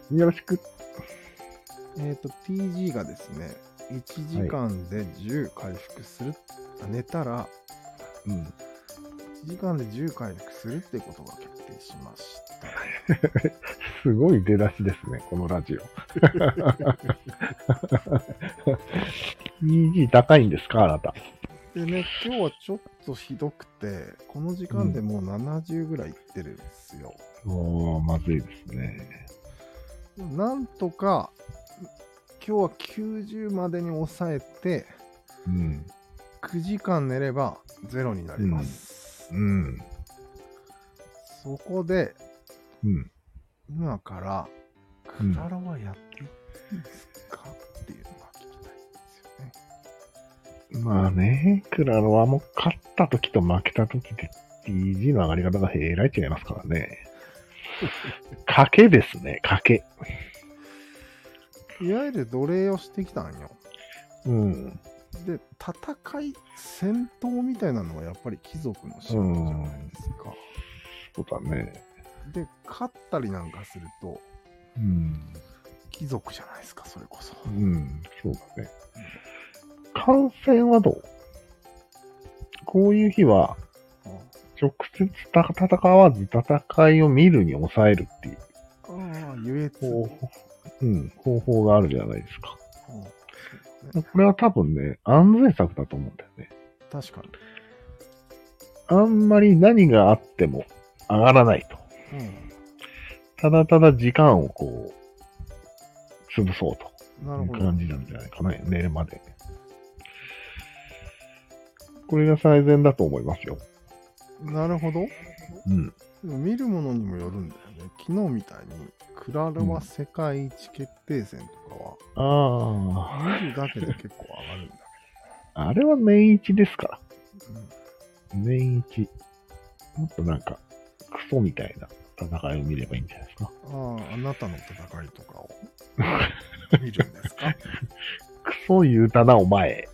よろしく。 TG がですね、1時間で10回復する、寝たら、1時間で10回復するってことが決定しました。 すごい出だしですね、このラジオ。EG 高いんですか、あなた。 でね、今日はちょっとひどくて、この時間でもう70ぐらいいってるんですよ。 まずいですね。 なんとか、今日は90までに抑えて、9時間寝れば0になります。そこで、今からクラロワやっていいんですかっていうのが聞きたいんですよね。 まあね、クラロワも勝った時と負けた時で TG の上がり方がえらい違いますからね。賭けですね、賭け。 いわゆる奴隷をしてきたんよ。で、戦闘みたいなのはやっぱり貴族の仕事じゃないですか。 そうだね。 で、勝ったりなんかすると、貴族じゃないですか、それこそ。 そうだね。観戦はどう？こういう日は、直接戦わず戦いを見るに抑えるっていう。 優越。 方法があるじゃないですか。これは多分ね、安全策だと思うんだよね。 確かに。 あんまり何があっても上がらないと。ただただ時間をこう、潰そうという感じなんじゃないかな、寝るまで。これが最善だと思いますよ。 なるほど。でも見るものにもよるんだよね。昨日みたいに、クラロワ世界一決定戦とかは、見るだけで結構上がるんだけど。あれは年一ですから。年一。もっとなんか、クソみたいな戦いを見ればいいんじゃないですか。 あなたの戦いとかを見るんですか？ クソ言うたな、お前。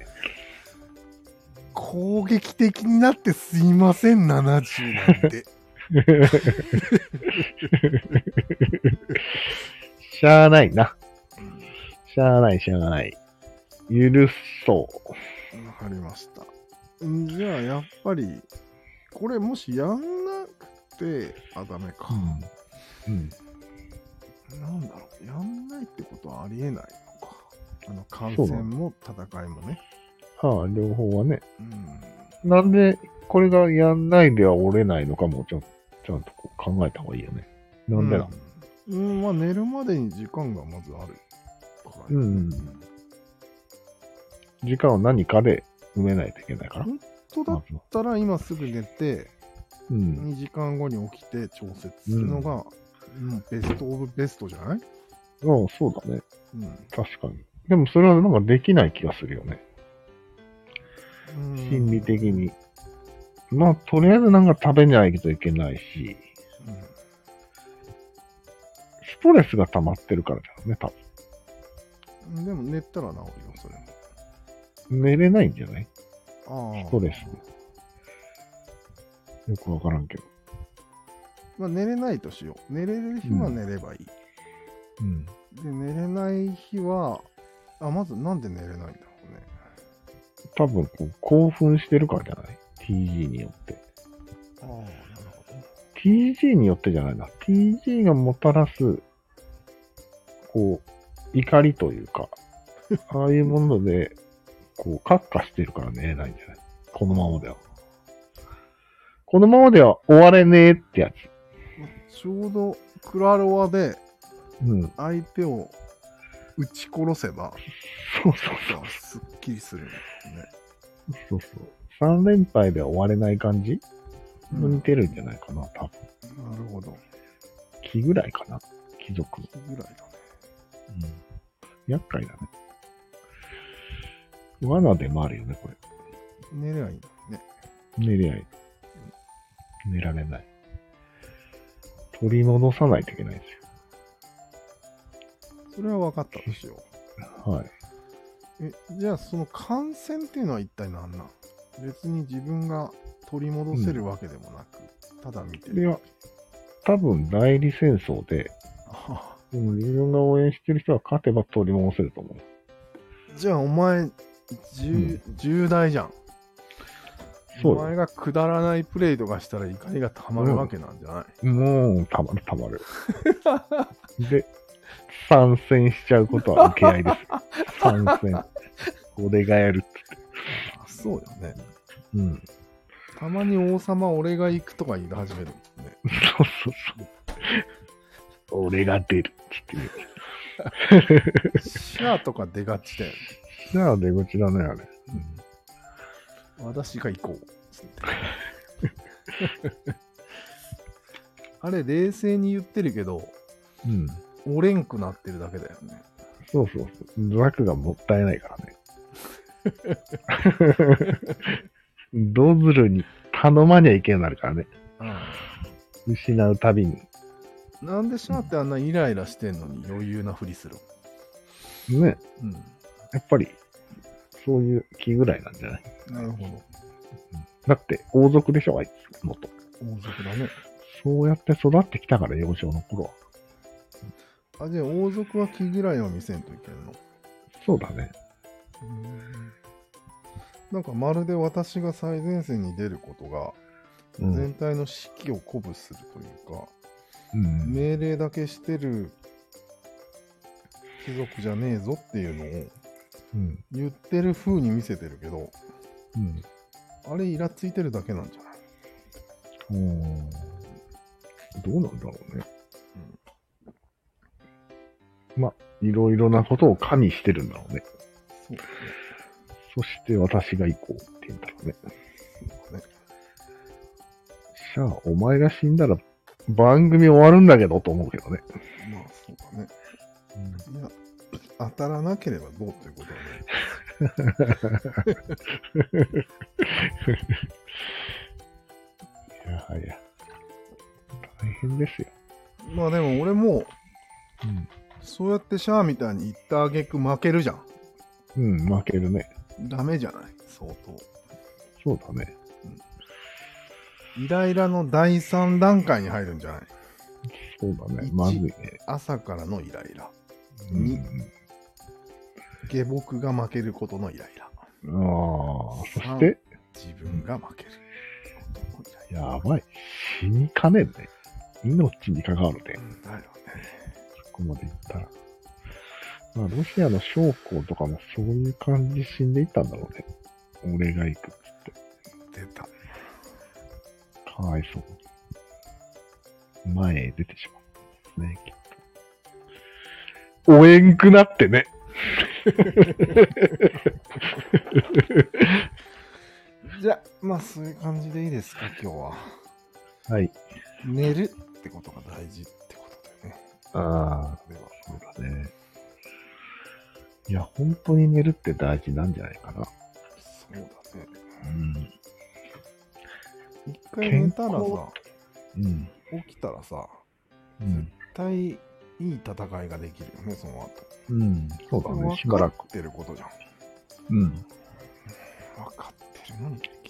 攻撃的になってすいません、70なんで。 しゃあないな。しゃあない。許そう。 わかりました。じゃあ、やっぱり、これもしやんなくて、ダメか。なんだろう、やんないってことはありえないのか。観戦も戦いもね。 両方はね。なんで、これがやんないでは折れないのかもちゃんと考えた方がいいよね。なんでなまあ寝るまでに時間がまずある。 時間を何かで埋めないといけないから。 本当だったら今すぐ寝て、2時間後に起きて調節するのが、ベストオブベストじゃない？ そうだね。確かに。でもそれはなんかできない気がするよね。心理的に。まあ、とりあえずなんか食べないといけないし、ストレスが溜まってるからだよね、多分。でも寝たら治るよ、それも。 寝れないんじゃない？ストレス。よくわからんけど。 まあ寝れないとしよう。寝れる日は寝ればいい。で、寝れない日は、まずなんで寝れないんだろうね。 多分興奮してるからじゃない？ TG によって。 なるほど。 TG によってじゃないな。TG がもたらす、怒りというか、ああいうもので、カッカしてるから寝れないんじゃない？このままでは。このままでは終われねえってやつ。 ちょうどクラロワで、相手を撃ち殺せば、すっきりするんだよね。 3連敗では終われない感じ？似てるんじゃないかな、多分。 なるほど。 木ぐらいかな、貴族の。 木ぐらいだね。 厄介だね。罠でもあるよね、これ。 寝ればいいんだね。 寝ればいい。寝られない。取り戻さないといけないんですよ。 それは分かったとしよう。 じゃあその感染っていうのは一体何なん？別に自分が取り戻せるわけでもなく、ただ見てる。 いや、多分代理戦争で、 でも自分が応援してる人は勝てば取り戻せると思う。 じゃあお前、重大じゃん。お前がくだらないプレイとかしたら怒りがたまるわけなんじゃない？ もう、たまるたまる。で、参戦しちゃうことは受け合いです。参戦。俺がやるって言って。 あ、そうよね。 うん。 たまに王様俺が行くとか言い始めるもんね。 そうそうそう。俺が出るって言って。 シャアとか出がちだよね。 シャア出口だね、あれ。 私が行こう。あれ、冷静に言ってるけど、折れんくなってるだけだよね。 そうそうそう。ザクがもったいないからね。ドズルに頼まにゃいけんようになるからね。失うたびに。 なんでシャアってあんなイライラしてんのに余裕なふりするの？ね。やっぱり、そういう気ぐらいなんじゃない？ なるほど。 だって、王族でしょ、あいつ、元。 王族だね。 そうやって育ってきたから、幼少の頃は。 あ、じゃあ王族は気ぐらいは見せんといけんの？ そうだね。 なんかまるで私が最前線に出ることが、全体の士気を鼓舞するというか、命令だけしてる貴族じゃねえぞっていうのを言ってる風に見せてるけど、あれイラついてるだけなんじゃない？ どうなんだろうね。まあ、いろいろなことを加味してるんだろうね。 そうだね。 そして私が行こうって言うんだろうね。 そうだね。 シャア、お前が死んだら番組終わるんだけどと思うけどね。 まあそうだね。いや、当たらなければどうということはね。 いやいや、大変ですよ。 まあでも俺も、そうやってシャアみたいに言った挙句負けるじゃん。 負けるね。 ダメじゃない？相当。 そうだね。 イライラの第3段階に入るんじゃない？ そうだね。まずいね。 朝からのイライラ。2、下僕が負けることのイライラ。 そして自分が負けることのイライラ。 やばい。死にかねんね。命に関わるね。 だよね。 そこまでいったら。まあ、ロシアの将校とかもそういう感じで死んでいったんだろうね。俺が行くっつって。 出た。 かわいそうに。前へ出てしまうんですね、きっと。おえんくなってね。 じゃあ、まあそういう感じでいいですか、今日は。 はい。 寝るってことが大事ってことだよね。 ああ、そうだね。いや、本当に寝るって大事なんじゃないかな。 そうだね。一回寝たらさ、起きたらさ、絶対いい戦いができるよね、その後。 そうだね、しばらく。 分かってることじゃん。 分かってるのに。